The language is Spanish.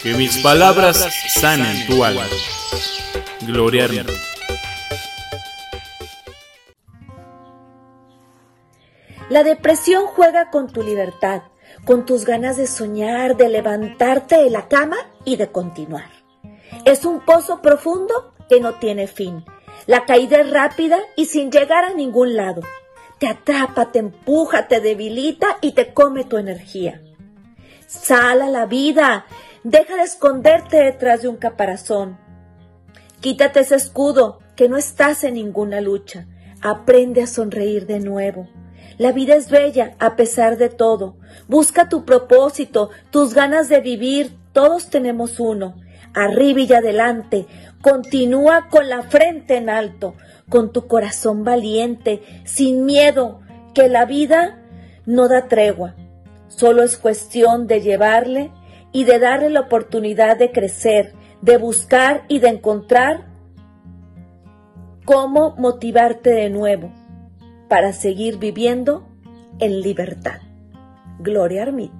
Que mis palabras sanen tu alma. Gloria Armit. La depresión juega con tu libertad, con tus ganas de soñar, de levantarte de la cama y de continuar. Es un pozo profundo que no tiene fin. La caída es rápida y sin llegar a ningún lado. Te atrapa, te empuja, te debilita y te come tu energía. Sal a la vida, deja de esconderte detrás de un caparazón. Quítate ese escudo, que no estás en ninguna lucha. Aprende a sonreír de nuevo. La vida es bella a pesar de todo. Busca tu propósito, tus ganas de vivir, todos tenemos uno. Arriba y adelante, continúa con la frente en alto, con tu corazón valiente, sin miedo, que la vida no da tregua. Solo es cuestión de llevarle y de darle la oportunidad de crecer, de buscar y de encontrar cómo motivarte de nuevo para seguir viviendo en libertad. Gloria Armit.